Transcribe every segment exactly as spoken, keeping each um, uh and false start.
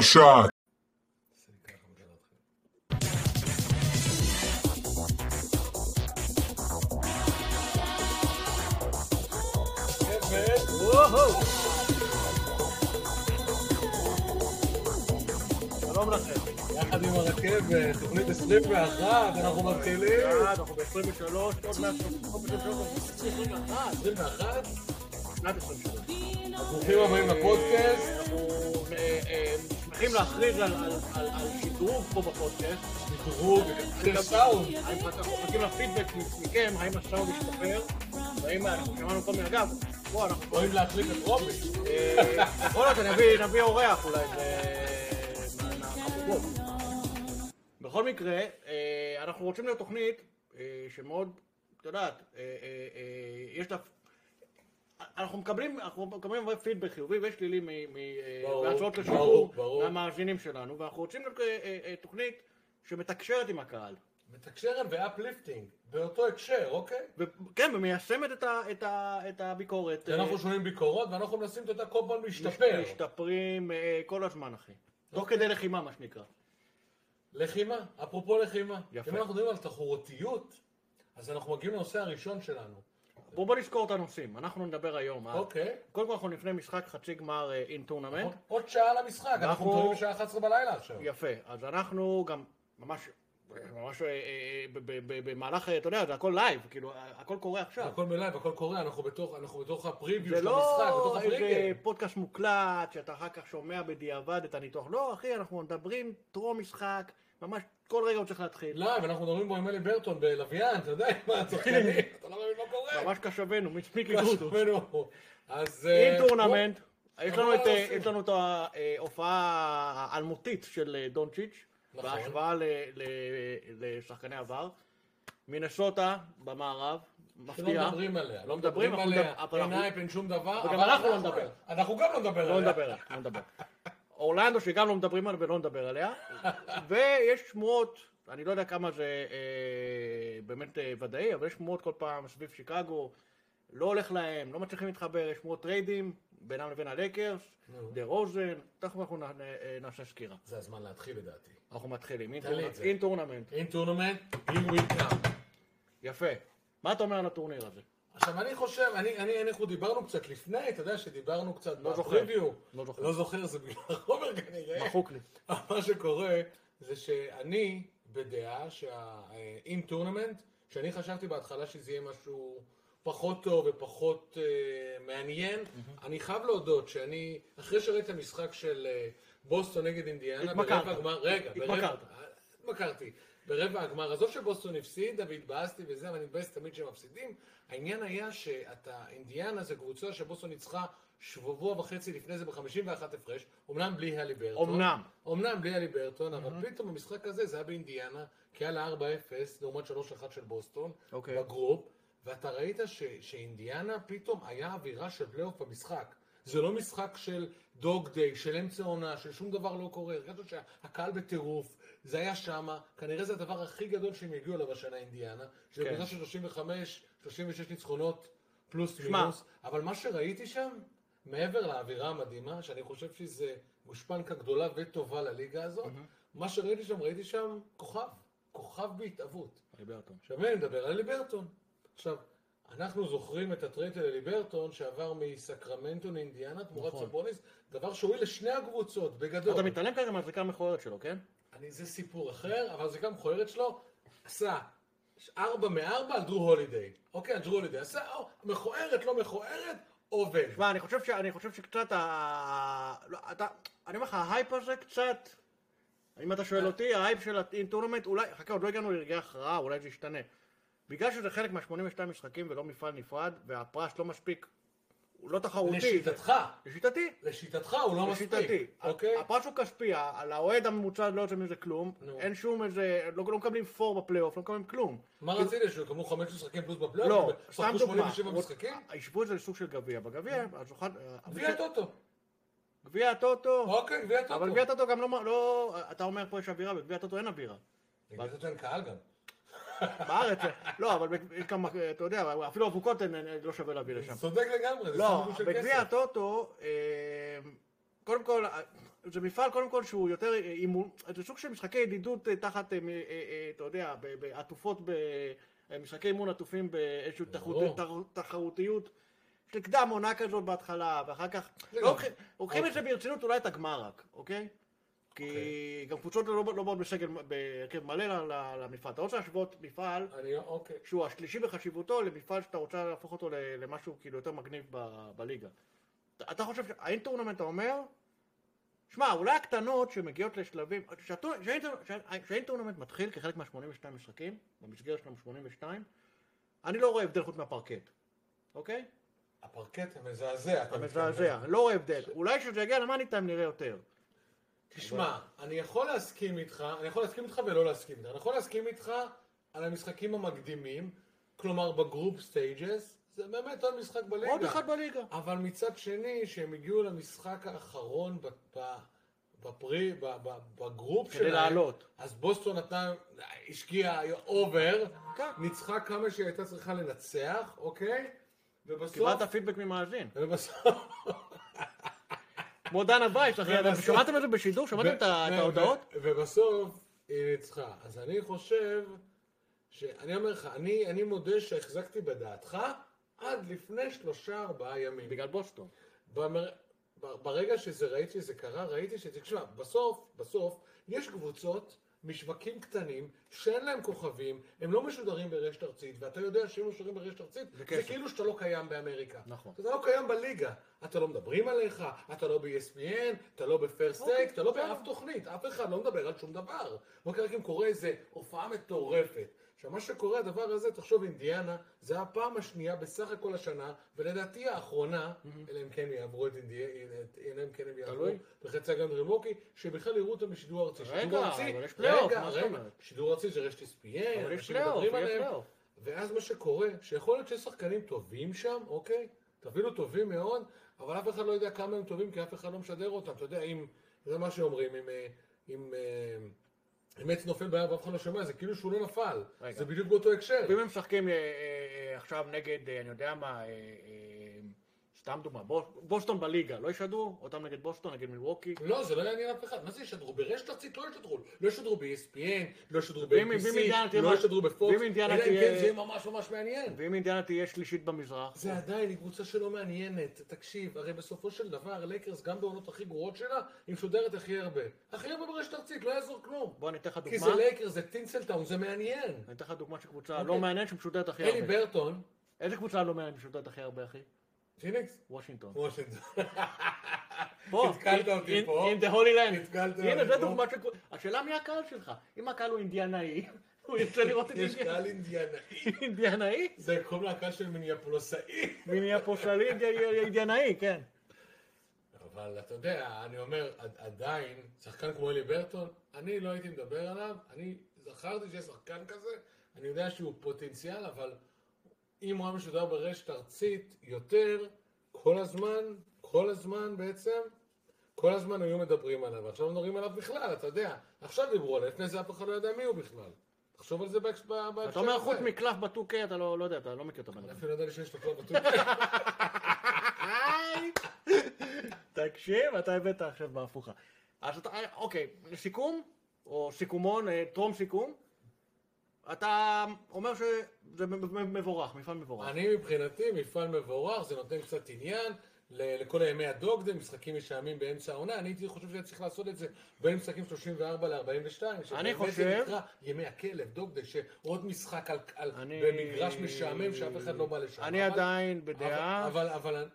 shot. שלום לכם. יחד עם הרכב, תוכנית עשרים ואחת, אנחנו מתחילים. אנחנו ב-עשרים ושלוש, עוד מעט עשרים ואחת, שנת עשרים ושלוש. ברוכים הבאים לפודקאסט. אנחנו שמחים להכריז על שדרוג פה בפודקאסט. שדרוג, זה סאונד. אנחנו מחכים לפידבק מכם, האם הסאונד ישתפר, והאם אנחנו שמענו כל מיני אגב. בואו, אנחנו יכולים להחליף את רובי. יכול להיות, נביא אורח אולי. בכל מקרה, אנחנו רוצים להיות תוכנית שמאוד, את יודעת, יש לה, אנחנו מקבלים, אנחנו מקבלים פידבק חיובי ושלילי מהצעות לשיפור מהמאזינים שלנו, ואנחנו רוצים להיות תוכנית שמתקשרת עם הקהל. מתקשרת ואפליפטינג, באותו הקשר, אוקיי? כן, ומיישמת את הביקורת. אנחנו שומעים ביקורות ואנחנו מנסים אותה כל פעם להשתפר. משתפרים כל הזמן, אחי. תוך כדי לחימה, מה שנקרא. לחימה, אפרופו לחימה. יפה. אם אנחנו מדברים על תחרותיות, אז אנחנו מגיעים לנושא הראשון שלנו. בואו בוא נזכור את הנושאים, אנחנו נדבר היום. אוקיי. קודם כל אנחנו לפני משחק חצי גמר אין טורנמנט. עוד שעה למשחק, אנחנו מדברים בשעה אחת עשרה בלילה עכשיו. יפה, אז אנחנו גם ממש, ממש במהלך, אתה יודע, זה הכל לייב, כאילו, הכל קורה עכשיו. הכל בלייב, הכל קורה, אנחנו בתוך, אנחנו בתוך הפריוויו של המשחק, בתוך הפריגל. זה לא הפריגל. איזה פודקאסט מוקלט, שאתה אחר כך שומע בדיעבד את הניתוח. לא, אחי, אנחנו מדברים טרום משחק, ממש כל רגע הוא צריך להתחיל. לא, ואנחנו מדברים בו עם אלי ברטון בלוויין, אתה יודע מה הצוחקני, אתה לא מבין מה קורה. ממש קשבנו, מצפיקי גודו. קשבנו. אז... אין טורנמנט, יש לנו את ההופעה האלמותית של דונצ'יץ', בהשוואה לשחקני עבר. מינסוטה במערב, מפתיע. לא מדברים עליה, לא מדברים עליה, אין אייפ, אין שום דבר. וגם אנחנו לא נדבר. אנחנו גם לא נדבר עליה. לא נדבר עליה, לא נדבר. אורלנדו שגם לא מדברים עליה ולא נדבר עליה. ויש שמועות, אני לא יודע כמה זה באמת ודאי, אבל יש שמועות כל פעם סביב שיקגו, לא הולך להם, לא מצליחים להתחבר, יש שמועות טריידים בינם לבין הלייקרס, דה רוזן, תכף אנחנו נעשה סקירה. זה הזמן להתחיל לדעתי. אנחנו מתחילים, אין טורנמנט. אין טורנמנט, here we come. יפה. מה אתה אומר על הטורניר הזה? עכשיו אני חושב, אני, אני, אנחנו דיברנו קצת לפני, אתה יודע שדיברנו קצת לא בפריוויו. לא זוכר. לא זוכר, זה בגלל החומר כנראה. מחוק לי. מה שקורה זה שאני בדעה שהאין טורנמנט, שאני חשבתי בהתחלה שזה יהיה משהו פחות טוב ופחות uh, מעניין, mm-hmm. אני חייב להודות שאני, אחרי שראיתי את המשחק של uh, בוסטון נגד אינדיאנה, ברבע הגמר, רגע, התמכרת. התמכרתי. ברבע הגמר, עזוב שבוסטון הפסידה והתבאסתי וזה, אבל אני מתבאס תמיד שהם מפסידים. העניין היה שאתה, אינדיאנה זה קבוצה שבוסטון ניצחה שבוע וחצי לפני זה ב-חמישים ואחת הפרש, אומנם בלי הלי ברטון. אומנם. אומנם בלי הלי ברטון, אבל פתאום במשחק הזה זה היה באינדיאנה, כי היה לה ארבע אפס לעומת שלוש אחת של בוסטון, בגרופ, ואתה ראית ש- שאינדיאנה פתאום היה אווירה של פלייאוף במשחק. זה לא משחק של דוג דיי, של אמצע עונה, של שום דבר לא קורה. הרגשת שהקהל בטירוף, זה היה שמה, כנראה זה הדבר הכי גדול שהם הגיעו אליו השנה אינדיאנה, שזה קבוצה של שלושים וחמש שלושים ושש ניצחונות פלוס מינוס, אבל מה שראיתי שם, מעבר לאווירה המדהימה, שאני חושב שזה גושפנקה גדולה וטובה לליגה הזאת, מה שראיתי שם, ראיתי שם כוכב, כוכב בהתאבות. ליברטון. עכשיו אני מדבר על ליברטון. עכשיו, אנחנו זוכרים את הטרייד של ליברטון שעבר מסקרמנטו לאינדיאנה תמורת סבוניס, דבר שהועיל לשני הקבוצות בגדול. אתה מתעלם כרגע מהזריקה המכוערת שלו, כן? אני, זה סיפור אחר, אבל הזריקה המכוערת שלו עשה ארבע מארבע על דרו הולידיי. אוקיי, על דרו הולידיי. עשה מכוערת, לא מכוערת, עובד. תשמע, אני חושב ש... אני חושב שקצת ה... לא, אתה... אני אומר לך, ההייפ הזה קצת... אם אתה שואל אותי, ההייפ של הטורנמנט, אולי... חכה, עוד לא הגענו לרגעי הכרעה, אולי זה ישתנה. בגלל שזה חלק מה-שמונים ושתיים משחקים ולא מפעל נפרד, והפרס לא מספיק, הוא לא תחרותי. לשיטתך. לשיטתי. לשיטתך הוא לא מספיק. לשיטתי. אוקיי. הפרס הוא כספי, על האוהד הממוצע לא יוצא מזה כלום, אין שום איזה, לא מקבלים פור בפלייאוף, לא מקבלים כלום. מה רציתי? שיקבלו חמש משחקים פלוס בפלייאוף? לא, סתם שחקו שמונים דוגמה. ושבע משחקים? הישבו את זה לסוג של גביע. בגביע, גביע הטוטו. גביע הטוטו. אוקיי, גביע הטוטו. אבל גביע הטוטו גם לא, אתה אומר פה יש אווירה, בגביע הטוטו אין אווירה. גביע הטוטו אין קהל גם. בארץ, לא, אבל יש כמה, אתה יודע, אפילו אבוקות לא שווה להביא לשם. צודק לגמרי, זה לא, סוג של בגביע כסף. הטוטו, קודם כל, זה מפעל קודם כל שהוא יותר אימון, זה סוג של משחקי ידידות תחת, אתה יודע, בעטופות, משחקי אימון עטופים באיזושהי תחרותיות, של קדם עונה כזאת בהתחלה, ואחר כך, לוקחים את זה ברצינות אולי את הגמר רק, אוקיי? כי גם קבוצות לא באות בסגל, בהרכב מלא למפעל. אתה רוצה להשוות מפעל שהוא השלישי בחשיבותו למפעל שאתה רוצה להפוך אותו למשהו כאילו יותר מגניב בליגה. אתה חושב שהאין טורנמנט אתה אומר, שמע, אולי הקטנות שמגיעות לשלבים, שהאין טורנמנט מתחיל כחלק מה-שמונים ושניים משחקים, במסגרת שלנו שמונים ושתיים, אני לא רואה הבדל חוץ מהפרקט, אוקיי? הפרקט המזעזע. המזעזע, אני לא רואה הבדל. אולי שזה יגיע למאני טיים נראה יותר. תשמע, אני יכול להסכים איתך, אני יכול להסכים איתך ולא להסכים איתך. אני יכול להסכים איתך על המשחקים המקדימים, כלומר בגרופ סטייג'ס, זה באמת עוד משחק בליגה. עוד אחד בליגה. אבל מצד שני, שהם הגיעו למשחק האחרון בפרי, בגרופ שלהם, כדי לעלות. אז בוסטון נתנה, השקיעה אובר, ניצחה כמה שהיא הייתה צריכה לנצח, אוקיי? ובסוף... קיבלת פידבק ממאזין. ובסוף... כמו דנה וייס, אחי, שמעתם את זה בשידור? שמעתם את ההודעות? ובסוף היא ניצחה. אז אני חושב, שאני אומר לך, אני מודה שהחזקתי בדעתך עד לפני שלושה ארבעה ימים. בגלל בוסטון. ברגע שזה ראיתי שזה קרה, ראיתי שזה, תשמע, בסוף, בסוף, יש קבוצות משווקים קטנים שאין להם כוכבים, הם לא משודרים ברשת ארצית, ואתה יודע שהם משודרים ברשת ארצית, זה כאילו שאתה לא קיים באמריקה. נכון. אתה לא קיים בליגה, אתה לא מדברים עליך, אתה לא ב-אי אס פי אן, אתה לא בפרסט טייק, אתה לא באף תוכנית, אף אחד לא מדבר על שום דבר. מה קרה אם קורה איזה הופעה מטורפת? עכשיו, מה שקורה, הדבר הזה, תחשוב, אינדיאנה, זה הפעם השנייה בסך הכל השנה, ולדעתי האחרונה, אלא אם כן יעברו את אינדיאנה, אלא אם כן הם יעברו בחצי הגן דרימוקי, שבכלל יראו אותם בשידור ארצי. רגע, אבל יש פלייאוף, מה זאת אומרת? שידור ארצי זה רשת אי אס פי אן, אבל יש פלייאוף, יש פלייאוף. ואז מה שקורה, שיכול להיות שיש שחקנים טובים שם, אוקיי? תבינו טובים מאוד, אבל אף אחד לא יודע כמה הם טובים, כי אף אחד לא משדר אותם. אתה יודע, אם, זה מה שאומרים, אם, אם, אם עץ נופל בים ואף אחד לא שומע, זה כאילו שהוא לא נפל. רגע. זה בדיוק באותו הקשר. ואם הם משחקים אה, אה, עכשיו נגד, אה, אני יודע מה, אה, אה, סתם דוגמה, בוסטון בליגה, לא ישדרו? אותם נגד בוסטון, נגד מילווקי? לא, זה לא יעניין אף אחד. מה זה ישדרו? ברשת ארצית לא ישדרו. לא ישדרו ב-אי אס פי אן, לא ישדרו ב-איי בי סי, לא ישדרו בפוקס. אלא אם כן זה יהיה ממש ממש מעניין. ואם אינדיאנה תהיה שלישית במזרח? זה עדיין, היא קבוצה שלא מעניינת. תקשיב, הרי בסופו של דבר, לייקרס גם בעונות הכי גרועות שלה, היא משודרת הכי הרבה. הכי הרבה ברשת ארצית, לא יעזור כלום. בוא ניתן לך דוגמה. כי זה לייקרס, זה טינסלטאון, זה מעניין. אני אתן לך דוגמה של קבוצה לא מעניינת שמשודרת הכי הרבה. אלי ברטון. איזה קבוצה לא מעניינת שמשודרת הכי הרבה, אחי? פיניקס? וושינגטון. וושינגטון. פה, התקלת אותי פה. in the holy land. התקלת אותי פה. הנה, זו דוגמה של... השאלה מי הקהל שלך? אם הקהל הוא אינדיאנאי, הוא ירצה לראות את יש קהל אינדיאנאי. אינדיאנאי? זה קוראים להקהל של מיניאפולוסאי. מיניאפולוסאי אינדיאנאי, כן. אבל אתה יודע, אני אומר, עדיין, שחקן כמו אלי ברטון, אני לא הייתי מדבר עליו, אני זכרתי שיש שחקן כזה, אני יודע שהוא פוטנציאל, אבל אם הוא היה משודר ברשת ארצית יותר, כל הזמן, כל הזמן בעצם, כל הזמן היו מדברים עליו, ועכשיו מדברים עליו בכלל, אתה יודע, עכשיו דיברו עליו, לפני זה אף אחד לא יודע מי הוא בכלל. תחשוב על זה בהקשר הזה. אתה אומר, חוץ מקלף בטוקי, אתה לא יודע, אתה לא מכיר את הבן. אני אפילו לא יודע לי שיש לו קלף בטוקי. תקשיב, אתה הבאת עכשיו בהפוכה. אז אתה, אוקיי, לסיכום, או סיכומון, טרום סיכום, אתה אומר שזה מבורך, מפעל מבורך. אני מבחינתי מפעל מבורך, זה נותן קצת עניין לכל הימי הדוגדם, משחקים משעמים באמצע העונה, אני הייתי חושב שאני צריך לעשות את זה בין משחקים שלושים וארבע ל-ארבעים ושתיים, אני חושב... זה נקרא ימי הכלב, דוגדם, שעוד משחק על, על, אני... במגרש משעמם שאף אחד לא בא לשם. אני אבל... עדיין בדעה אבל, אבל, אבל...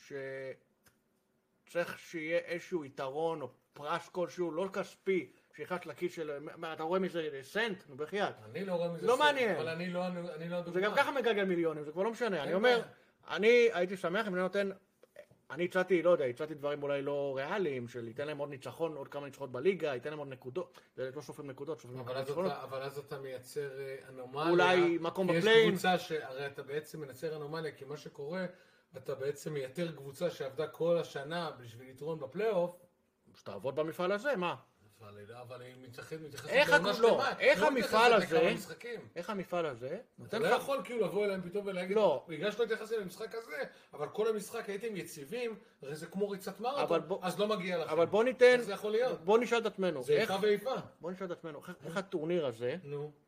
שצריך שיהיה איזשהו יתרון או פרס כלשהו, לא כספי, שיחת לכיס של... אתה רואה מזה סנט? נו בחייאת. אני לא רואה מזה לא סנט, מעניין. אבל אני לא, אני לא דוגמה. זה גם ככה מגלגל מיליונים, זה כבר לא משנה. אני אומר, אני הייתי שמח אם אני נותן... אני הצעתי, לא יודע, הצעתי דברים אולי לא ריאליים, של ייתן להם עוד ניצחון, עוד כמה ניצחונות בליגה, ייתן להם עוד נקודות, לא סופרים נקודות, סופרים ניצחונות. אבל אז אתה מייצר אנומליה. אולי מקום בפליין. יש קבוצה שהרי אתה בעצם מייצר אנומליה, כי מה שקורה, אתה בעצם מייתר קבוצה שעבדה כל השנה בשביל יתרון בפלייאוף. שתעבוד במפעל הזה, מה? אבל היא מתייחסת לעונה שלמה. איך המפעל הזה, איך המפעל הזה, אתה לא יכול כאילו לבוא אליהם פתאום ולהגיד, בגלל שלא התייחס אליהם למשחק הזה, אבל כל המשחק הייתם יציבים, הרי זה כמו ריצת מרתון, אז לא מגיע לכם. אבל בוא ניתן, בוא נשאל את עצמנו. זה איפה ואיפה. בוא נשאל את עצמנו, איך הטורניר הזה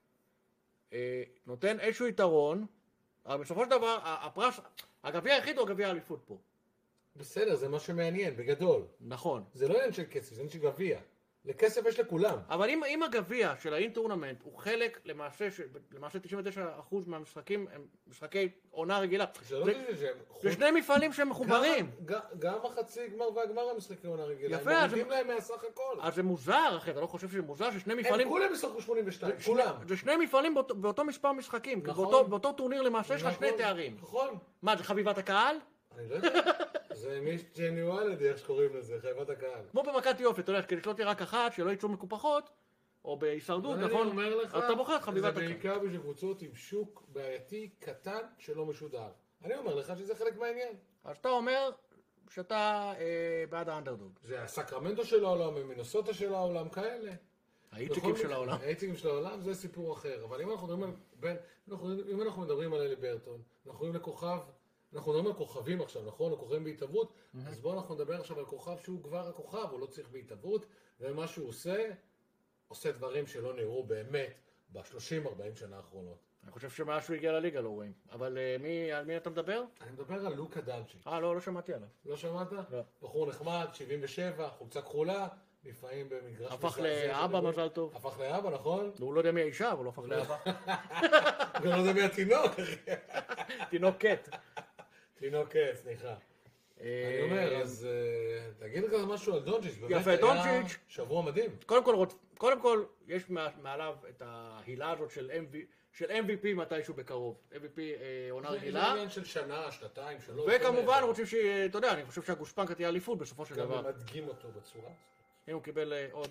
נותן איזשהו יתרון, אבל בסופו של דבר, הפרס, הגביע היחיד הוא הגביע האליפות פה. בסדר, זה מה שמעניין, בגדול. נכון. זה לא עניין של כסף, זה עניין של גביע. לכסף יש לכולם. אבל אם, אם הגביע של האינטורנמנט הוא חלק למעשה, ש... למעשה תשעים ותשעה אחוז מהמשחקים הם משחקי עונה רגילה. זה, זה, זה, זה, זה שני מפעלים שהם מחוברים. גם, גם החצי גמר והגמר המשחקי עונה רגילה. יפה. הם מורידים להם מהסך הכל. אז זה מוזר, אחי, אתה לא חושב שזה מוזר ששני מפעלים... הם כולם משחקו שמונים ושתיים, כולם. זה שני מפעלים באותו, באותו מספר משחקים. נכון. באותו, באותו טורניר למעשה יש לך נכון, שני תארים. נכון. מה, זה חביבת הקהל? אני לא יודע. זה מיש ג'ניואלדי, איך שקוראים לזה, חייבת הקהל. כמו במכת יופי, אתה יודע, כדי שלא תהיה רק אחת, שלא יצאו מקופחות, או בהישרדות, נכון? אני אומר לך, אתה בוחר חביבת הקהל. זה בעיקר בשביל קבוצות עם שוק בעייתי, קטן, שלא משודר. אני אומר לך שזה חלק מהעניין. אז אתה אומר שאתה אה, בעד האנדרדוג. זה הסקרמנטו של העולם, המינוסוטה של העולם, כאלה. האיציקים של העולם. האיציקים של העולם זה סיפור אחר. אבל אם אנחנו מדברים על, אם אנחנו מדברים על אלי ברטון, אנחנו רואים לכוכב, אנחנו מדברים על כוכבים עכשיו, נכון? הכוכבים בהתאבות, mm-hmm. אז בואו אנחנו נדבר עכשיו על כוכב שהוא כבר הכוכב, הוא לא צריך בהתאבות, ומה שהוא עושה, עושה דברים שלא נראו באמת ב-שלושים ארבעים שנה האחרונות. אני חושב שמאז שהוא הגיע לליגה לא רואים. אבל uh, מי, על מי אתה מדבר? אני מדבר על לוקה דונצ'יץ'. אה, לא, לא שמעתי עליו. לא שמעת? לא. בחור נחמד, שבעים ושבע, חולצה כחולה, לפעמים במגרש... הפך לאבא מזל טוב. הפך לאבא, נכון? הוא לא יודע מי האישה, אבל הוא הפך לאבא. גם לא יודע מי התינוק. תינוקת. תינוקת, סליחה. אני אומר, אז תגיד לך משהו על דונצ'יץ', באמת היה שבוע מדהים. קודם כל, יש מעליו את ההילה הזאת של אם וי פי מתישהו בקרוב. אם וי פי עונה רגילה. זה עניין של שנה, שנתיים, שלוש. וכמובן רוצים ש... אתה יודע, אני חושב שהגושפנקה תהיה אליפות בסופו של דבר. גם מדגים אותו בצורה. אם הוא קיבל עוד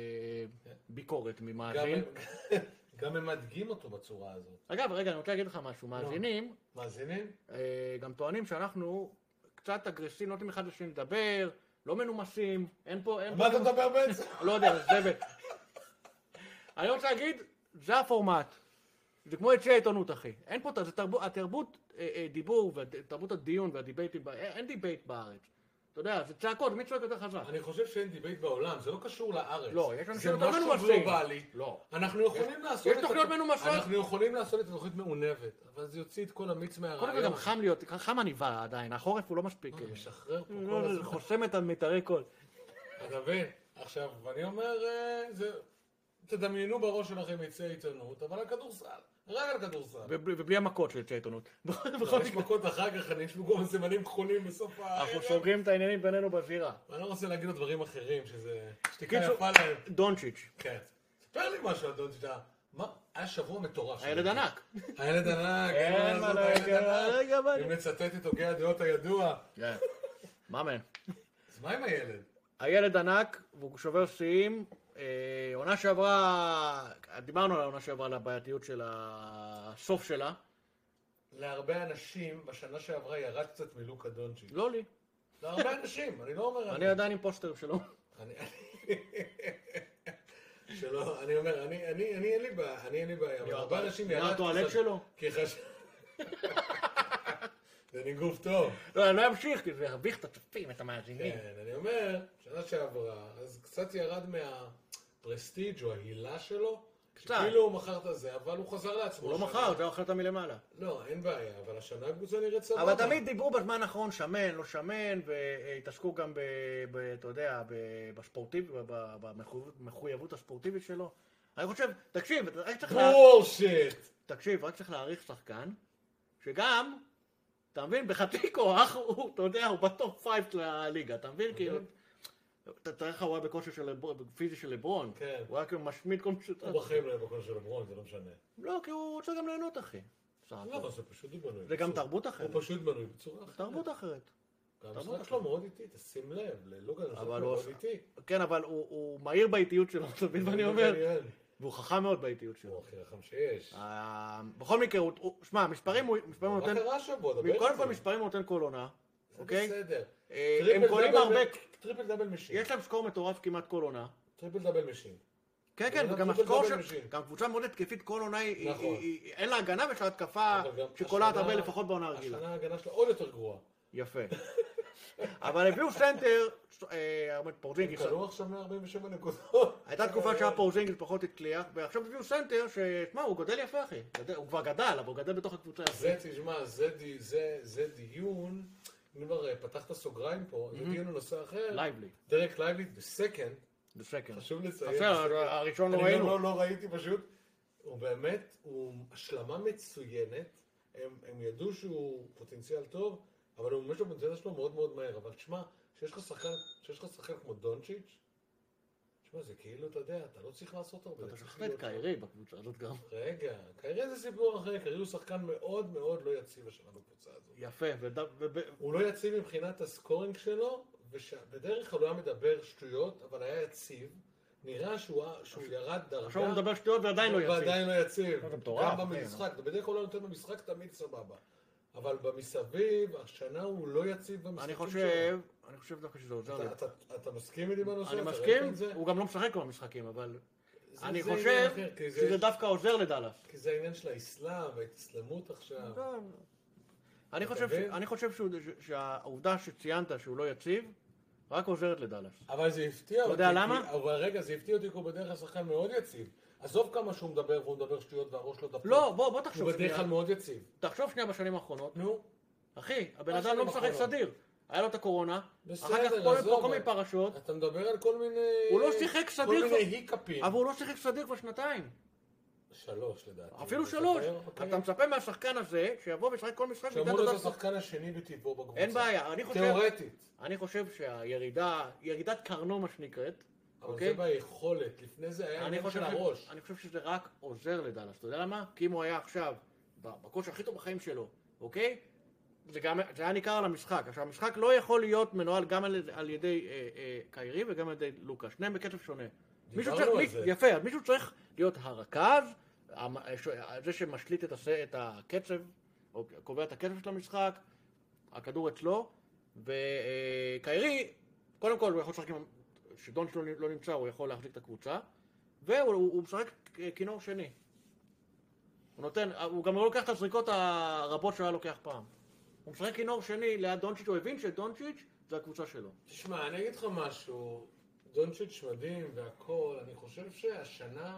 ביקורת ממאזין. גם הם מדגים אותו בצורה הזאת. אגב, רגע, אני רוצה להגיד לך משהו. מאזינים... מאזינים? גם טוענים שאנחנו קצת אגרסיביים, נותנים אחד לשני לדבר, לא מנומסים, אין פה... מה אתה מדבר בעצם? לא יודע, זה בית. אני רוצה להגיד, זה הפורמט. זה כמו אצלי העיתונות, אחי. אין פה, זה התרבות דיבור ותרבות הדיון והדיבייטים, אין דיבייט בארץ. אתה יודע, זה צעקות, מי צועק יותר חזק? אני חושב שאין דיבייט בעולם, זה לא קשור לארץ. לא, יש אנשים יותר מנומסים. זה משהו גלובלי. לא. אנחנו יכולים לעשות את... יש תוכניות מנומסות. אנחנו יכולים לעשות את התוכנית מעונבת, אבל זה יוציא את כל המיץ מהרעיון. קודם כל גם חם להיות, חם עניבה עדיין, החורף הוא לא מספיק. הוא משחרר פה כל הזמן. זה חוסם את המיתרי קול. אתה מבין? עכשיו, ואני אומר, תדמיינו בראש שלכם יצא עיתונות, אבל הכדורסל. רק על כדורסל. ובלי המכות של יצא עיתונות. יש מכות אחר כך, אני יש בו גם סימנים כחולים בסוף ה... אנחנו סוגרים את העניינים בינינו בזירה. אני לא רוצה להגיד לו דברים אחרים, שזה... שתיקה יפה להם. דונצ'יץ'. כן. ספר לי משהו על דונצ'יץ'. מה? היה שבוע מטורף. הילד ענק. הילד ענק. אין מה להגיד. אם נצטט את הוגה הדעות הידוע. כן. מאמן. אז מה עם הילד? הילד ענק, והוא שובר שיאים. עונה שעברה, דיברנו על העונה שעברה, על הבעייתיות של הסוף שלה. להרבה אנשים בשנה שעברה ירד קצת מלוקה דונצ'יץ'. לא לי. להרבה אנשים, אני לא אומר... אני עדיין עם פוסטר שלו. שלא, אני אומר, אני אין לי בעיה, אני אין לי בעיה. הרבה אנשים ירד קצת... מה הטואלט שלו? כי חש... זה ניגוף טוב. לא, אני לא אמשיך, כי זה הרוויח את הצופים, את המאזינים. כן, אני אומר, שנה שעברה, אז קצת ירד מהפרסטיג' או ההילה שלו, כאילו הוא מכר את זה, אבל הוא חזר לעצמו. הוא לא מכר, זה החלטה מלמעלה. לא, אין בעיה, אבל השנה הקבוצה נראית סבבה. אבל תמיד דיברו בזמן האחרון שמן, לא שמן, והתעסקו גם, אתה יודע, בספורטיב, במחויבות הספורטיבית שלו. אני חושב, תקשיב, רק צריך... בולשיט! תקשיב, רק צריך להעריך שחקן, שגם... אתה מבין? בחצי כוח, הוא, אתה יודע, הוא בטופ פייב של הליגה, אתה מבין? כאילו, אתה תראה לך, הוא היה בכושר של לברון, בפיזי של לברון. כן. הוא היה כאילו משמיד כל פשוט. הוא בחיים לא היה בכושר של לברון, זה לא משנה. לא, כי הוא רוצה גם ליהנות, אחי. לא, זה פשוט בנוי. זה גם תרבות אחרת. הוא פשוט בנוי בצורה אחרת. תרבות אחרת. המשחק שלו מאוד איטי, תשים לב, ללוגה זה מאוד איטי. כן, אבל הוא מהיר באיטיות שלו, אתה מבין מה אני אומר? והוא חכם מאוד באיטיות שלו. הוא הכי חכם שיש. בכל מקרה, שמע, המספרים הוא נותן... מה קרה שבוע? דבר איתי. קודם כל מספרים הוא נותן כל עונה. זה בסדר. הם קולים הרבה... טריפל דאבל משין. יש להם סקור מטורף כמעט כל עונה. טריפל דאבל משין. כן, כן, וגם הסקור שם, גם קבוצה מאוד התקפית, כל עונה, אין לה הגנה ויש לה התקפה שקולעת הרבה לפחות בעונה הרגילה. השנה ההגנה שלה עוד יותר גרועה. יפה. אבל הביאו סנטר, פורזינגיס. הם קלו עכשיו מאה ארבעים ושבע נקודות. הייתה תקופה שהיה פורזינגיס פחות הצליח, ועכשיו הביאו סנטר, שתשמע, הוא גודל יפה אחי. הוא כבר גדל, אבל הוא גדל בתוך הקבוצה. זה, תשמע, זה דיון, אני כבר פתח את הסוגריים פה, זה דיון לנושא אחר. לייבלי. דרק לייבלי, בסקנד. בסקנד. חשוב לציין. הראשון לא ראינו. אני לא ראיתי פשוט. הוא באמת, הוא השלמה מצוינת. הם ידעו שהוא פוטנציאל טוב, אבל הוא ממש הפוטנציאל שלו מאוד מאוד מהר. אבל תשמע, שיש לך שחקן, שיש לך שחקן כמו דונצ'יץ', תשמע, זה כאילו, אתה יודע, אתה לא צריך לעשות הרבה. אתה שחקן את קיירי בקבוצה הזאת גם. רגע, קיירי זה סיפור אחר, קיירי הוא שחקן מאוד מאוד לא יציב השנה בקבוצה הזאת. יפה, הוא לא יציב מבחינת הסקורינג שלו, בדרך כלל הוא היה מדבר שטויות, אבל היה יציב. נראה שהוא ירד דרגה. עכשיו הוא מדבר שטויות ועדיין לא יציב. ועדיין לא יציב. גם במשחק, בדרך כלל הוא לא נותן במשחק, תמיד סבבה. אבל במסביב, השנה הוא לא יציב במשחקים שלו. אני חושב, אני חושב דווקא שזה עוזר לי. אתה מסכים איתי בנושא? אני מסכים, הוא גם לא משחק כל המשחקים, אבל אני חושב שזה דווקא עוזר לדלס. כי זה העניין של האסלאם וההתאסלמות עכשיו. אני חושב שהעובדה שציינת שהוא לא יציב, רק עוזרת לדלס. אבל זה הפתיע אותי. אתה יודע למה? אבל רגע, זה הפתיע אותי כי הוא בדרך כלל שחקן מאוד יציב. עזוב כמה שהוא מדבר והוא מדבר שטויות והראש לא דפוק. לא, בוא, בוא תחשוב שנייה. הוא בדרך כלל מאוד יציב. תחשוב שנייה בשנים האחרונות. נו. אחי, הבן אדם לא משחק סדיר. היה לו את הקורונה. בסדר, אחר כך כל מיני פרשות. אתה מדבר על כל מיני... הוא לא שיחק סדיר. כל מיני היקפים. אבל הוא לא שיחק סדיר כבר שנתיים. שלוש לדעתי. אפילו שלוש. אתה מצפה מהשחקן הזה שיבוא וישחק כל משחק. שאמור להיות השחקן השני בטיבו בקבוצה. אין בעיה. תיאורטית. אני חושב שהירידה, ירידת קרנו מה שנקראת. אבל זה ביכולת. לפני זה היה עניין של הראש. אני חושב שזה רק עוזר לדלס. אתה יודע למה? כי אם הוא היה עכשיו בקוש הכי טוב בחיים שלו, אוקיי? זה היה ניכר על המשחק. עכשיו, המשחק לא יכול להיות מנוהל גם על ידי קיירי וגם על ידי לוקה. שניהם בקצב שונה. דיברנו על זה. יפה, אז מישהו צריך להיות הרכז, זה שמשליט את הקצב, או קובע את הקצב של המשחק, הכדור אצלו, וקיירי, קודם כל הוא יכול לשחק, כשדון שלו לא נמצא, הוא יכול להחזיק את הקבוצה, והוא משחק כינור שני. הוא נותן, הוא גם לא לוקח את הזריקות הרבות שהוא היה לוקח פעם. הוא משחק כינור שני ליד דונצ'יץ', הוא הבין שדונצ'יץ' זה הקבוצה שלו. תשמע, אני אגיד לך משהו, דונצ'יץ' מדהים והכל, אני חושב שהשנה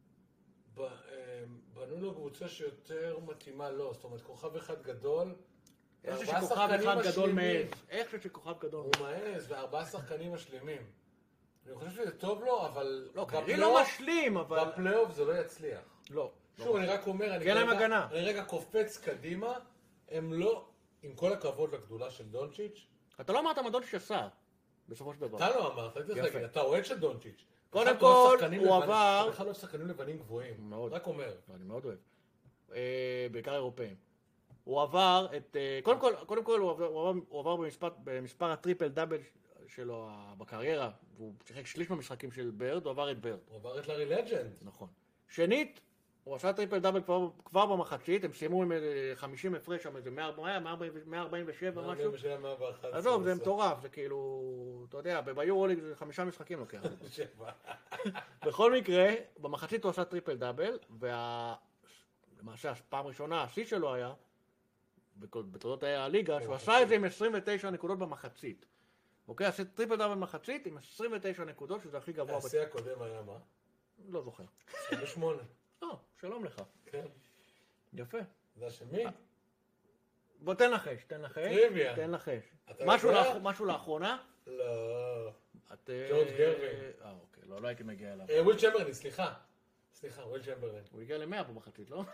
בנו לו קבוצה שיותר מתאימה לו, זאת אומרת, כוכב אחד גדול, איך שכוכב אחד גדול מעז, איך שכוכב גדול הוא מעז, וארבעה שחקנים משלימים. אני חושב שזה טוב לו, אבל... לא, קיירי לא משלים, אבל... בפלייאוף זה לא יצליח. לא. שוב, אני רק אומר, אני רגע קופץ קדימה, הם לא, עם כל הכבוד לגדולה של דונצ'יץ'. אתה לא אמרת מה דונצ'יץ' עשה, בסופו של דבר. אתה לא אמרת, אתה אוהד של דונצ'יץ'. קודם כל, הוא עבר... אתה בכלל לא שחקנים לבנים גבוהים, רק אומר. אני מאוד אוהב. בעיקר אירופאים. הוא עבר את... קודם כל, קודם כל הוא עבר במספר הטריפל דאבל שלו בקריירה, והוא שיחק שליש מהמשחקים של ברד, הוא עבר את ברד. הוא עבר את לארי לג'נד. נכון. שנית, הוא עשה טריפל דאבל כבר, כבר במחצית, הם סיימו עם חמישים הפרש שם, איזה מאה ארבעים ושבע משהו. מאה ארבעים ושבע, מאה ואחת עשרה. עזוב, זה מטורף, זה כאילו, אתה יודע, ביורוליג זה חמישה משחקים לוקח. בכל מקרה, במחצית הוא עשה טריפל דאבל, ולמעשה פעם ראשונה, השיא שלו היה, בתולדות הליגה, שהוא עשה את זה עם עשרים ותשע נקודות במחצית. אוקיי, עשה טריפל דאבל במחצית עם עשרים ותשע נקודות, שזה הכי גבוה. השיא הקודם היה מה? לא זוכר. עשרים ושמונה. לא, שלום לך. כן. יפה. זה שמי? בוא תן לחש, תן לחש. טריוויה. תן לחש. יודע? משהו לאחרונה? לא. את... ג'ורג' גרווין. אה, אוקיי, לא, לא הייתי מגיע אליו. וויל צ'מברלין, סליחה. סליחה, וויל צ'מברלין. הוא הגיע למאה במחצית, לא?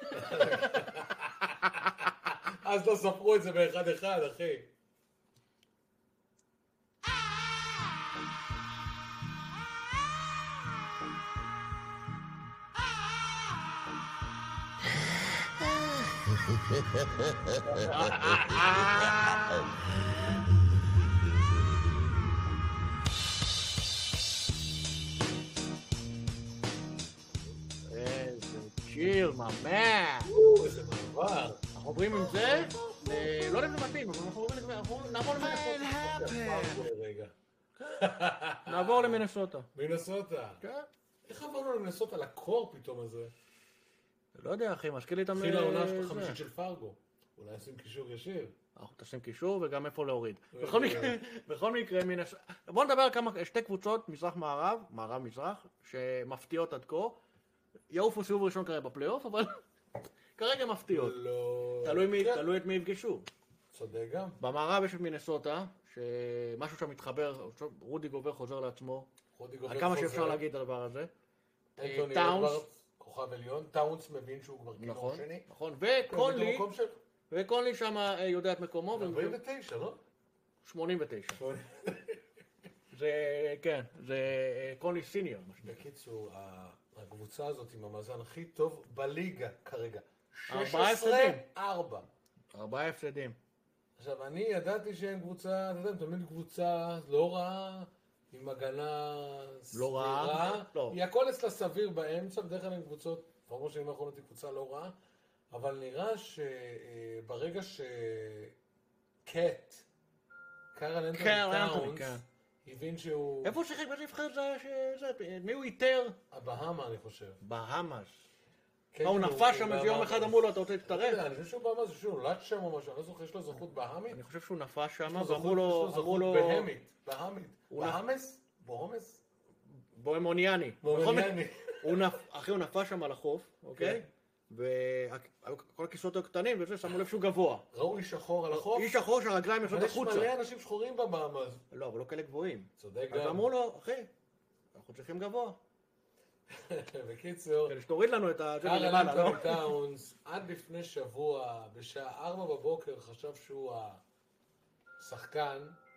אז לא ספרו את זה באחד אחד, אחי. איזה צ'יל, ממאה. איזה מעבר. אנחנו עוברים עם זה, לא יודע אם זה מתאים, אבל אנחנו עוברים נעבור למאה. רגע. נעבור למינסוטה. מינסוטה. כן. איך עברנו למינסוטה לקור פתאום הזה? לא יודע, אחי, מזכיר לי את התחיל העונה של החמישית של פרגו. אולי נשים קישור ישיר. אנחנו תשים קישור וגם איפה להוריד. בכל מקרה, בוא נדבר על כמה, שתי קבוצות, מזרח-מערב, מערב-מזרח, שמפתיעות עד כה. יעופו סיבוב ראשון כרגע בפלייאוף, אבל כרגע מפתיעות. לא... תלוי את מי יפגשו. צודק גם. במערב יש את מינסוטה, שמשהו שם מתחבר, רודי גובר חוזר לעצמו. רודי גובר חוזר. כמה שאפשר להגיד על הדבר הזה. אנטוני אדוארדס, כוכב עליון. טאונס מבין שהוא כבר כינור שני. נכון, וקונלי, וקונלי שם יודע את מקומו. ארבעים ותשע, לא? שמונים ותשע. זה, כן, זה קונלי סיניור. בקיצור, הקבוצה הזאת עם המאזן הכי טוב בליגה כרגע. שש עשרה ארבע. ארבעה הפסדים. עכשיו, אני ידעתי שאין קבוצה, אתה יודע, תמיד קבוצה לא רעה, עם הגנה לא רעה. לא. היא הכל אצלה סביר באמצע, בדרך כלל עם קבוצות, ברור שנים האחרונות היא קבוצה לא רעה, אבל נראה שברגע שקט, קארל אנטוני טאונס, הבין שהוא... איפה הוא שיחק? באיזה נבחרת זה? מי הוא איתר? הבהמה, אני חושב. בהמאס. הוא נפש שם איזה יום אחד אמרו לו, אתה רוצה להצטרף? אני חושב שהוא בהמאס, שהוא נולד שם או משהו, אני לא זוכר, יש לו זכות בהמית? אני חושב שהוא נפש שם, ואמרו לו... יש לו זכות בהמית, בהמית. בהמס? בוהמס? בוהמוניאני. בוהמוניאני. אחי, הוא נפש שם על החוף, אוקיי? וכל הכיסאות היו קטנים, וזה שמו לב שהוא גבוה. ראו איש שחור על החוף? איש שחור שהרגליים יוצאות החוצה. אבל יש מלא אנשים שחורים בבהמס. לא, אבל לא כאלה גבוהים. צודק גם. אז אמרו לו, אחי, אנחנו צריכים גבוה. בקיצור, כדי שתוריד לנו את ה... קארל אנטוני טאונס, עד לפני שבוע, בשעה ארבע בבוקר, חשב שהוא השחקן,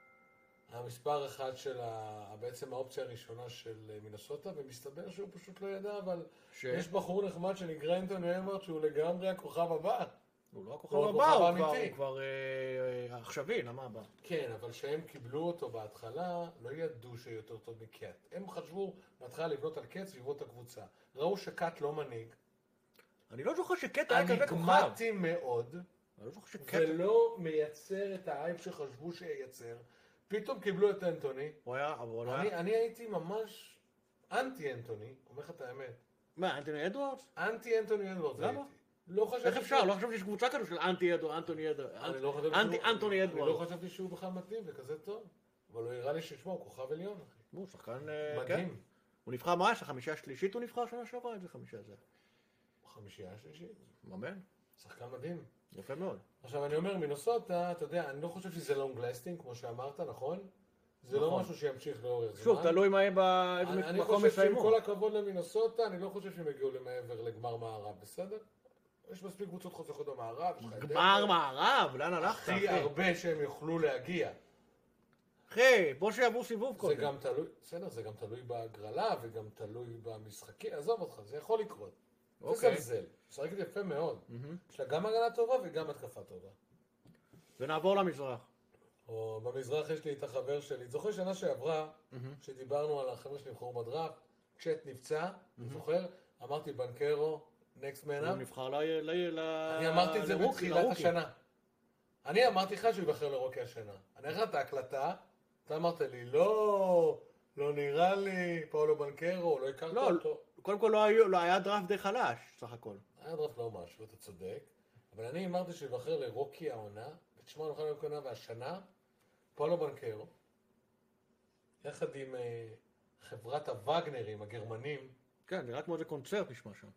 המספר אחד של בעצם האופציה הראשונה של מינסוטה, ומסתבר שהוא פשוט לא ידע, אבל יש בחור נחמד שנקרא אנטוני אדוארדס, שהוא לגמרי הכוכב הבא. הוא לא הכוכב הבא, הוא כבר עכשווי, למה הבא? כן, אבל שהם קיבלו אותו בהתחלה, לא ידעו שהוא יותר טוב מקאט. הם חשבו בהתחלה לבנות על קאט סביבות הקבוצה. ראו שקאט לא מנהיג. אני לא זוכר שקאט היה כזה כוכב. אניגמטי מאוד, ולא מייצר את האייפ שחשבו שייצר. פתאום קיבלו את אנטוני. הוא היה, אבל הוא היה... אני הייתי ממש אנטי אנטוני, אומר לך את האמת. מה, אנטוני אדוארדס? אנטי אנטוני אדוארדס. למה? לא חשבתי... איך אפשר? לא חשבתי שיש קבוצה כזו של אנטי אדוארדס, אנטוני אדוארדס. אנטי אנטוני אדוארדס. אני לא חשבתי שהוא בכלל מתאים וכזה טוב. אבל הוא הראה לי ששמע, הוא כוכב עליון, אחי. הוא שחקן... מדהים. הוא נבחר מה? יש החמישייה השלישית הוא נבחר שנה שעברה? איזה חמישייה זה? החמישייה השלישית. מאמן. שחקן מדהים. יפה מאוד. עכשיו אני אומר, מינסוטה, אתה יודע, אני לא חושב שזה לונג לסטינג, כמו שאמרת, נכון? זה לא משהו שימשיך לאורך זמן. שוב, תלוי מה יהיה באיזה מקום מסיימו. עם כל הכבוד למינסוטה, אני לא חושב שהם הגיעו למעבר לגמר מערב, בסדר? יש מספיק קבוצות חזקות במערב. גמר מערב? לאן הלכת? הכי הרבה שהם יוכלו להגיע. אחי, בוא שיעבור סיבוב קודם. זה גם תלוי, בסדר, זה גם תלוי בהגרלה וגם תלוי במשחקים. עזוב אותך, זה יכול לקרות. זה זלזל. משחקת יפה מאוד. יש לה גם הגנה טובה וגם התקפה טובה. ונעבור למזרח. או במזרח יש לי את החבר שלי. זוכר שנה שעברה, שדיברנו על החבר'ה שנבחרו בדראפט, צ'אט נפצע, זוכר? אמרתי בנקרו, נקסט מן אפ. הוא נבחר ל... אני אמרתי את זה בתחילת השנה. אני אמרתי לך שהוא יבחר לרוקי השנה. אני אראה את ההקלטה, אתה אמרת לי, לא, לא נראה לי, פאולו בנקרו, לא הכרת אותו. קודם כל לא היה דראפט די חלש, סך הכל. היה דראפט לא משהו, אתה צודק. אבל אני אמרתי שהוא יבחר לרוקי העונה, ותשמע נוכל לרוקי העונה והשנה, פאולו בנקרו, יחד עם חברת הווגנרים, הגרמנים. כן, נראה כמו איזה קונצרט נשמע שם.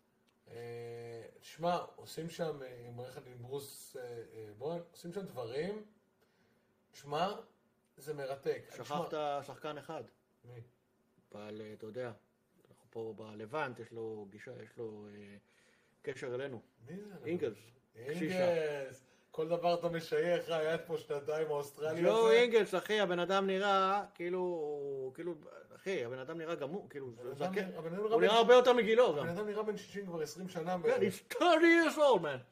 תשמע, עושים שם, עם יחד עם ברוס בוהן, עושים שם דברים, תשמע, זה מרתק. שכחת שחקן אחד. מי? בעל, אתה יודע, אנחנו פה בלבנט, יש לו גישה, יש לו קשר אלינו. מי זה? אינגלס. אינגלס. כל דבר אתה משייך, היה פה שנתיים האוסטרליה. לא אינגלס, אחי, הבן אדם נראה כאילו, כאילו, אחי, הבן אדם נראה גמור, כאילו, הוא נראה הרבה יותר מגילו גם. הבן אדם נראה בן שישים כבר עשרים שנה. כן, he's thirty years old, man.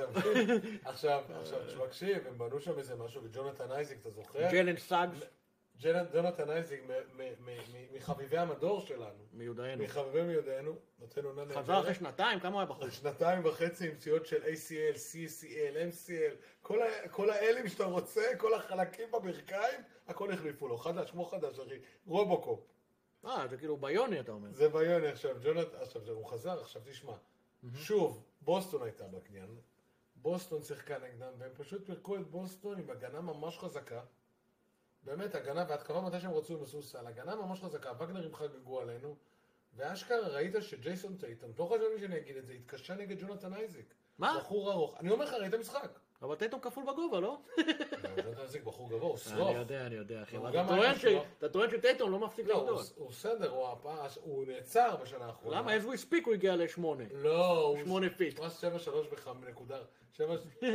עכשיו, עכשיו, תקשיב, הם בנו שם איזה משהו, וג'ונתן אייזיק, אתה זוכר? ג'לן סאגס. ג'ונתן אייזק מחביבי המדור שלנו. מיודענו. מחביבי מיודענו. נותן עונה נהדרת. חזר אחרי שנתיים? כמה הוא היה בחוץ? שנתיים וחצי עם פציעות של איי סי אל, סי סי אל, אם סי אל, כל, ה- כל האלים שאתה רוצה, כל החלקים בברכיים, הכל החליפו לו. חדש, כמו חדש, אחי. רובוקופ. אה, זה כאילו ביוני, אתה אומר. זה ביוני עכשיו. ג'ונתן, עכשיו הוא חזר, עכשיו תשמע. שוב, בוסטון הייתה בקניין. בוסטון שיחקה נגדם, והם פשוט פירקו את בוסטון עם הגנה ממש חזקה. באמת, הגנה והתקפה מתי שהם רצו עם הסוסל. הגנה ממש חזקה, וגנרים חגגו עלינו. ואשכרה ראית שג'ייסון טייטום, לא חשבתי שאני אגיד את זה, התקשה נגד ג'ונתן אייזק. מה? בחור ארוך. אני אומר לך, ראית משחק. אבל טייטום כפול בגובה, לא? ג'ונתן אייזק בחור גבוה, הוא שרוף. אני יודע, אני יודע, אחי. הוא אבל גם אתה היה טוען שרוף. ש- אתה טוען שטייטום לא מפסיק לא, הוא- לגדול. הוא בסדר, הוא הפעש, הוא נעצר בשנה האחרונה. למה? as we speak הוא הגיע לשמונה. לא, הוא... שמונה פיט. ממש שבע שלוש וחמש נקודה. שבע,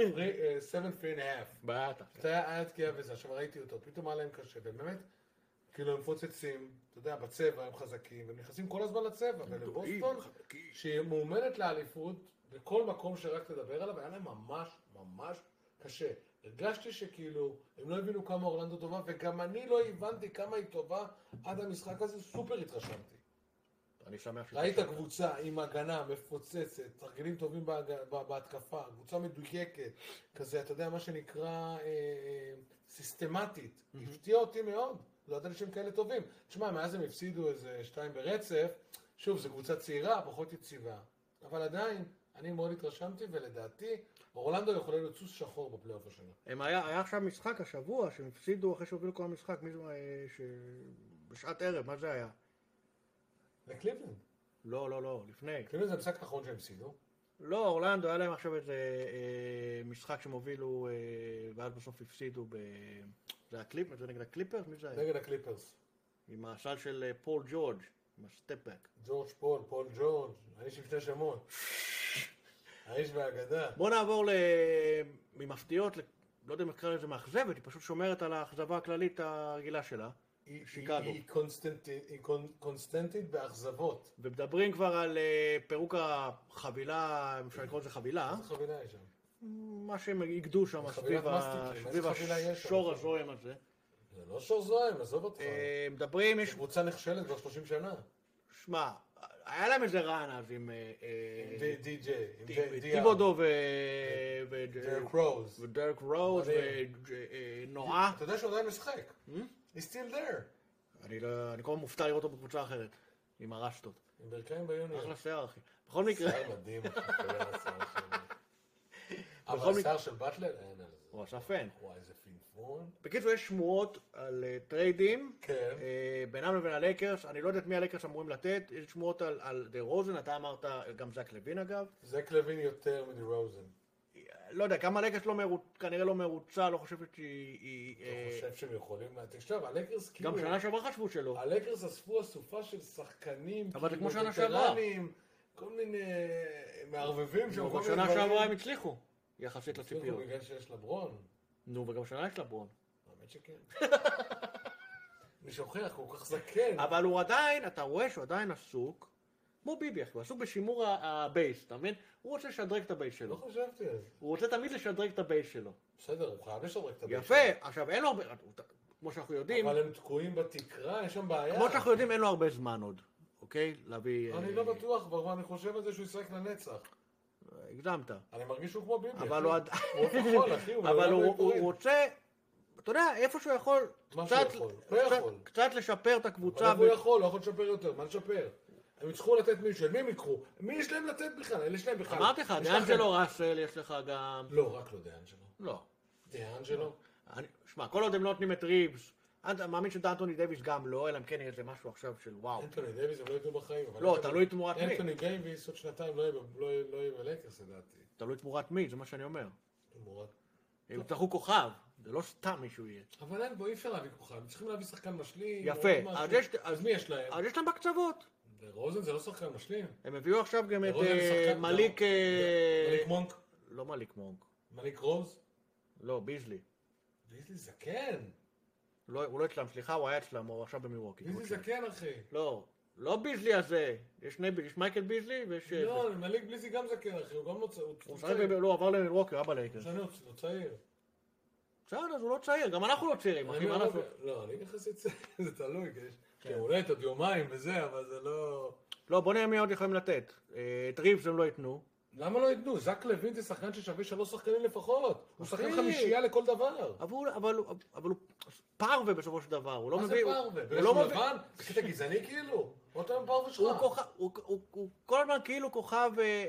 שבע three and a half. בטח. זה היה תקיעה וזה, עכשיו ראיתי אותו, פתאום היה להם קשה, ובאמת, כאילו הם מפוצצים, אתה יודע, בצבע הם חזקים, והם נכנסים כל הזמן לצבע, ולבוסטון, שהיא מאומנת לאליפות, בכל מקום שרק תדבר עליו, היה להם ממש ממש קשה. הרגשתי שכאילו, הם לא הבינו כמה אורלנדו טובה, וגם אני לא הבנתי כמה היא טובה עד המשחק הזה, סופר התרשמתי. אני שמח ש... ראית קבוצה עם הגנה מפוצצת, תרגילים טובים בהג... בהתקפה, קבוצה מדויקת, כזה, אתה יודע, מה שנקרא אה, אה, סיסטמטית. Mm-hmm. הפתיע אותי מאוד, לא ידעתי שהם כאלה טובים. תשמע, מאז הם הפסידו איזה שתיים ברצף, שוב, זו קבוצה צעירה, פחות יציבה, אבל עדיין, אני מאוד התרשמתי, ולדעתי, אורלנדו יכולה לצוס שחור בפלייאוף השנה. הם היה, היה עכשיו משחק השבוע, שהם הפסידו אחרי שהובילו כל המשחק, מי זה, אה, ש... בשעת ערב, מה זה היה? לקליבלנד. לא, לא, לא, לפני. קליבלנד זה המשחק האחרון שהם הפסידו. לא, אורלנדו, היה להם עכשיו איזה אה, משחק שהם הובילו, אה, ואז בסוף הפסידו ב... זה הקליפ, זה נגד הקליפרס? מי זה היה? נגד הקליפרס. עם הסל של אה, פול ג'ורג', עם הסטפ-בק. ג'ורג' פול, פול ג'ורג', האיש עם שני שמות. האיש והאגדה. בוא נעבור ל... ממפתיעות, לא יודע אם אקרא לזה מאכזבת, היא פשוט שומרת על האכזבה הכללית הרגילה שלה. היא- שיקגו. היא- היא קונסטנטית- היא קונ- קונסטנטית באכזבות. ומדברים כבר על אה, פירוק החבילה, אפשר לקרוא לזה חבילה, איזה חבילה יש שם? מה שהם איגדו שם חבילת סביב ה- מסטיקים, סביב איזה חבילה יש שם? השור הזוהם הזה. זה לא שור זוהם, עזוב אותך. אה, מדברים, יש... קבוצה נכשלת כבר שלושים שנה. שמע, היה להם איזה רען אז עם אה, אה, די- די-ג'יי, עם טי- די- די- טיבודו ו... ו- דרק רוז. ודרק רוז מדהים. ונועה. אתה יודע שהוא עדיין משחק. He's still there. אני לא- אני כל הזמן מופתע לראות אותו בקבוצה אחרת, עם הרשטות. עם ברכיים ביוני. אחלה שיער, אחי. בכל מקרה, שיער מדהים. אחי, כולל השיער שלי. בכל אבל מקרה- השיער של באטלר, אין על זה. הוא עשה פן. וואי, איזה פינפון. בקיצור, יש שמועות על אה, טריידים כן. אה, בינם לבין הלייקרס. אני לא יודעת מי הלייקרס אמורים לתת. יש שמועות על- על דה רוזן, אתה אמרת, גם זק לוין אגב. זק לוין יותר מדי רוזן. לא יודע, גם הלייקרס לא מרוצה, כנראה לא מרוצה, לא חושבת שהיא... היא, אתה אה, חושב שהם יכולים... תשמע, הלקרס כאילו... גם שנה שעברה חשבו שלא. הלקרס אספו אסופה של שחקנים, אבל זה כאילו, כמו שנה שעברה. וטרנים, כל מיני מערבבים שם, כל אבל מיני שנה דברים. שעברה הם הצליחו, יחסית הצליחו לציפיות. בגלל שיש לברון. נו, וגם שנה יש לברון. האמת שכן. מי שוכח, הוא כל כך זקן. אבל הוא עדיין, אתה רואה שהוא עדיין עסוק, כמו ביבי, אחי, הוא עסוק בשימור ה- הבייס, אתה מבין? הוא רוצה לשדרג את הבייס לא שלו. חשבתי על זה. הוא רוצה תמיד לשדרג את הבייס שלו. בסדר, הוא חייב לשדרג את הבית יפה, עכשיו אין לו הרבה, כמו שאנחנו יודעים, אבל הם תקועים בתקרה, יש שם בעיה. כמו שאנחנו יודעים אין לו הרבה זמן עוד, אוקיי? להביא... אני אה, לא בטוח, אבל אני חושב על זה שהוא ישחק לנצח. הגזמת. אני מרגיש שהוא כמו ביבי. אבל אחי. הוא עד... הוא אוף יכול, אחי, הוא אבל מעולם הוא לא הוא יפורים. רוצה, אתה יודע, איפה שהוא יכול, מה קצת- שהוא יכול, לא קצת- יכול. קצת לשפר את אבל הקבוצה. איפה הוא יכול, לא יכול לשפר יותר, מה לשפר? הם יצטרכו לתת מישהו, מי הם יקחו? מי יש להם לתת בכלל? אלה יש להם בכלל. אמרתי לך, יש דיאנג'לו לכם- ראסל יש לך גם... לא, רק לא דיאנג'לו. לא. דיאנג'לו? אני- שמע, כל עוד הם לא נותנים את ריבס, אני מאמין שדאנטוני דייוויס גם לא, אלא אם כן יהיה איזה משהו עכשיו של וואו. אנטוני דייוויס הם לא ידעו בחיים. אבל לא, אנטוני- תלוי תמורת מי. אנטוני דייוויס עוד שנתיים לא יהיה ב- לא יהיה- לא יהיה בלקרס לדעתי. תלוי תמורת מי, זה מה שאני אומר. תמורת. הם יצטרכו כוכב, זה לא סתם מישהו יהיה. אבל אין בו, אי אפשר להביא כוכב, הם צריכים להביא שחקן משלים. יפה, או משהו. אז יש- אז מי יש להם? אבל יש להם בקצוות. רוזן זה לא שחקן משלים. הם הביאו עכשיו גם את רוזן אה, שחקן- מליק... אה, מליק מונק? לא מליק מונק. מליק רוז? לא, ביזלי. ביזלי זקן. לא, הוא לא אצלם, סליחה, הוא היה אצלם, הוא עכשיו במיווקי. ביזלי זקן, אחי. לא, לא ביזלי הזה. יש שני, יש מייקל ביזלי ויש... אה, לא, מליק ביזלי גם זקן, אחי, הוא גם לא צעיר. הוא משחק, ב- לא, הוא עבר למילווקי, הוא היה בלייקרס. הוא לא צעיר. בסדר, אז הוא לא צעיר, גם אנחנו לא צעירים, אחי, מה לעשות? לא, אני יחסית צעיר, זה תלוי, כי אולי את עוד יומיים וזה, אבל זה לא... לא, בוא נראה מי עוד יכולים לתת. את ריבס הם לא ייתנו. למה לא ייתנו? זק לוין זה שחקן ששווה שלוש שחקנים לפחות. הוא שחקן חמישייה לכל דבר. אבל הוא פרווה בסופו של דבר, הוא לא מביא... מה זה פרווה? בגלל שהוא לבן? זה קטע גזעני כאילו? או אתה פרווה שלך? הוא כל הזמן כאילו כוכב...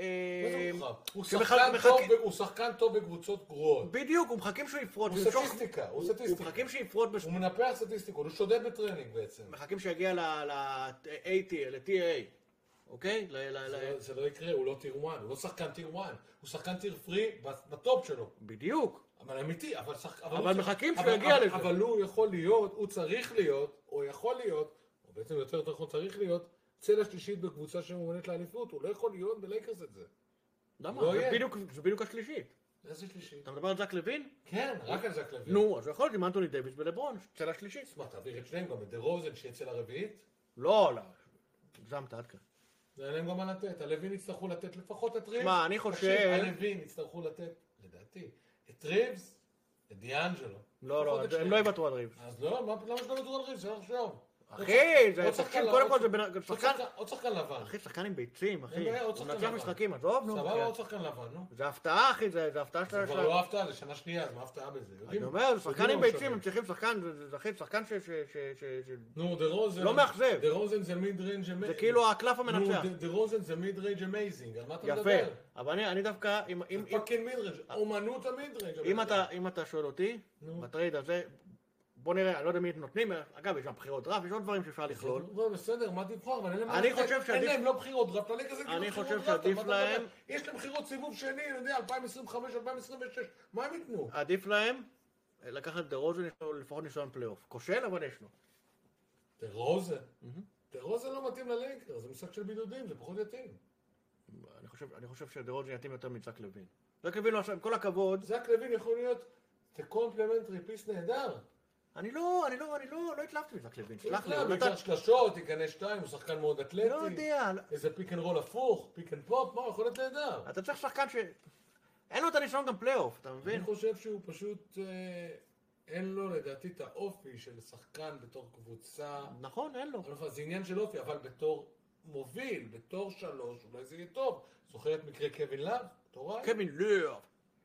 מה זה כוכב? הוא שחקן טוב בקבוצות גרועות. בדיוק, הוא מחכים שהוא יפרוט. הוא סטטיסטיקה, הוא סטטיסטיקה. הוא מחכים שיפרוט... הוא מנפח סטטיסטיקות, הוא שודד בטרנינג בעצם. מחכים שיגיע ל-איי טי, ל-טי איי. אוקיי? זה לא יקרה, הוא לא טיר וואן, הוא לא שחקן טיר וואן, הוא שחקן טיר פרי בטופ שלו. בדיוק. אבל אמיתי, אבל... אבל מחכים שהוא יגיע לזה. אבל הוא יכול להיות, הוא צריך להיות, או יכול להיות, או בעצם יותר יותר נכון צריך להיות, צלע שלישית בקבוצה שמומנת לאליפות, הוא לא יכול להיות בלייקרס את זה. למה? זה בדיוק השלישית. איזה שלישית? אתה מדבר על זק לוין? כן, רק על זק לוין. נו, אז יכול להיות עם אנטוני דייוויס ולברון, צלע שלישית. מה, תעביר את שניהם גם את דה רוזן שיהיה צלע רביעית? לא, לא. גזמת עד כאן. זה אין להם גם מה לתת, הלווין יצטרכו לתת לפחות את ריבס. מה, אני חושב... הלווין יצטרכו לתת, לדעתי, את ריבס, את דיאנג'לו. לא, לא, הם לא יוותרו על ריבס. אז לא, למה שלא יוותרו על ריבס? זה עכשיו. אחי, זה שחקן, קודם כל זה שחקן... עוד שחקן לבן. אחי, שחקן עם ביצים, אחי. הוא נצח משחקים, עזוב, נו. סבבה, עוד שחקן לבן, נו. זה הפתעה, אחי, זה הפתעה של... זה כבר לא הפתעה, זה שנה שנייה, אז מה הפתעה בזה? אני אומר, שחקן עם ביצים, הם צריכים שחקן, זה אחי, שחקן ש... נו, דה רוזן... לא מאכזב. דה רוזן זה מיד ריינג' אמייזינג. זה כאילו הקלף המנצח. נו, דה רוזן זה מיד ריינג' אמייזינג, על מה אתה מדבר? יפה, אבל אני דווקא... זה פאקינג מיד ריינג', אומנות המיד ריינג'. אם אתה שואל אותי, בטרייד הזה, בוא נראה, אני לא יודע מי נותנים, אגב, יש שם בחירות דראפט, יש עוד דברים שאפשר לכלול. בסדר, מה תבחר? אבל אני חושב שעדיף... אין להם לא בחירות דראפט, אני חושב שעדיף להם... יש להם בחירות סיבוב שני, אני יודע, אלפיים עשרים וחמש, אלפיים עשרים ושש, מה הם ייתנו? עדיף להם לקחת את דה רוזן, יש לו לפחות ניסיון פלייאוף. כושל, אבל יש לו. דה רוזן? דה רוזן לא מתאים ללייקרס, זה משחק של בידודים, זה פחות יתאים. אני חושב שדה רוזן יתאים יותר מצק לוין. זק לוין, עם כל הכבוד... זק לוין יכול להיות כקומפלמנטרי פיס נהדר. אני לא, אני לא, אני לא, לא התלהבתי מזק לוין, סלח לי. הוא ייקח שלשות, ייכנס שתיים, הוא שחקן מאוד אתלטי. לא יודע. איזה פיק אנד רול הפוך, פיק אנד פופ, מה, הוא יכול להיות נהדר. אתה צריך שחקן ש... אין לו את הניסיון גם פלייאוף, אתה מבין? אני חושב שהוא פשוט, אין לו לדעתי את האופי של שחקן בתור קבוצה. נכון, אין לו. זה עניין של אופי, אבל בתור מוביל, בתור שלוש, אולי זה יהיה טוב. זוכר את מקרה קווין לאב? קווין לאב.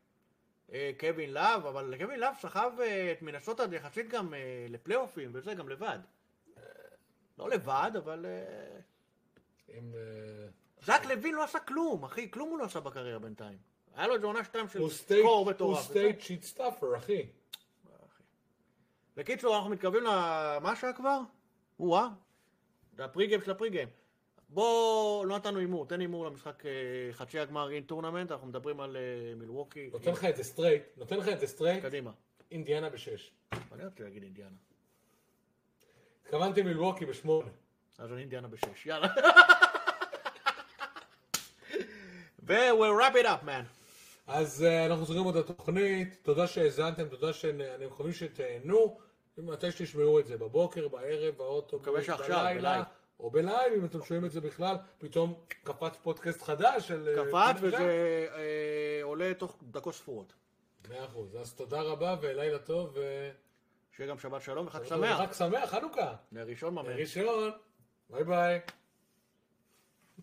קווין לאב, אבל קווין לאב סחב את מינסוטה יחסית גם לפלייאופים, וזה גם לבד. לא לבד, אבל... זק לוין לא עשה כלום, אחי, כלום הוא לא עשה בקריירה בינתיים. היה לו איזה עונה שתיים של סקור מטורף. הוא סטייט שיט סטאפר, אחי. בקיצור, אנחנו מתקרבים למה שעה כבר? וואה, זה הפריגיים של הפריגיים. בוא, לא נתנו אימור, תן אימור למשחק חצי הגמר אין טורנמנט, אנחנו מדברים על מילווקי. נותן לך את זה סטרייט, נותן לך את זה סטרייט. קדימה. אינדיאנה בשש. אני רוצה להגיד אינדיאנה. התכוונתי מילווקי בשמונה. אז אני אינדיאנה בשש, יאללה. ו-we'll wrap it up, man. אז אנחנו סוגרים עוד התוכנית, תודה שהאזנתם, תודה שאני מקווים שתהנו. מתי שתשמעו את זה, בבוקר, בערב, באוטו, מקווה שעכשיו, בלייב. או בלייב, אם אתם שומעים את זה בכלל, פתאום קפץ פודקאסט חדש של... קפץ וזה עולה תוך דקות ספורות. מאה אחוז, אז תודה רבה ולילה טוב ו... שיהיה גם שבת שלום וחג שמח. חג שמח, חנוכה. נר ראשון ממש. נר ראשון, ביי ביי.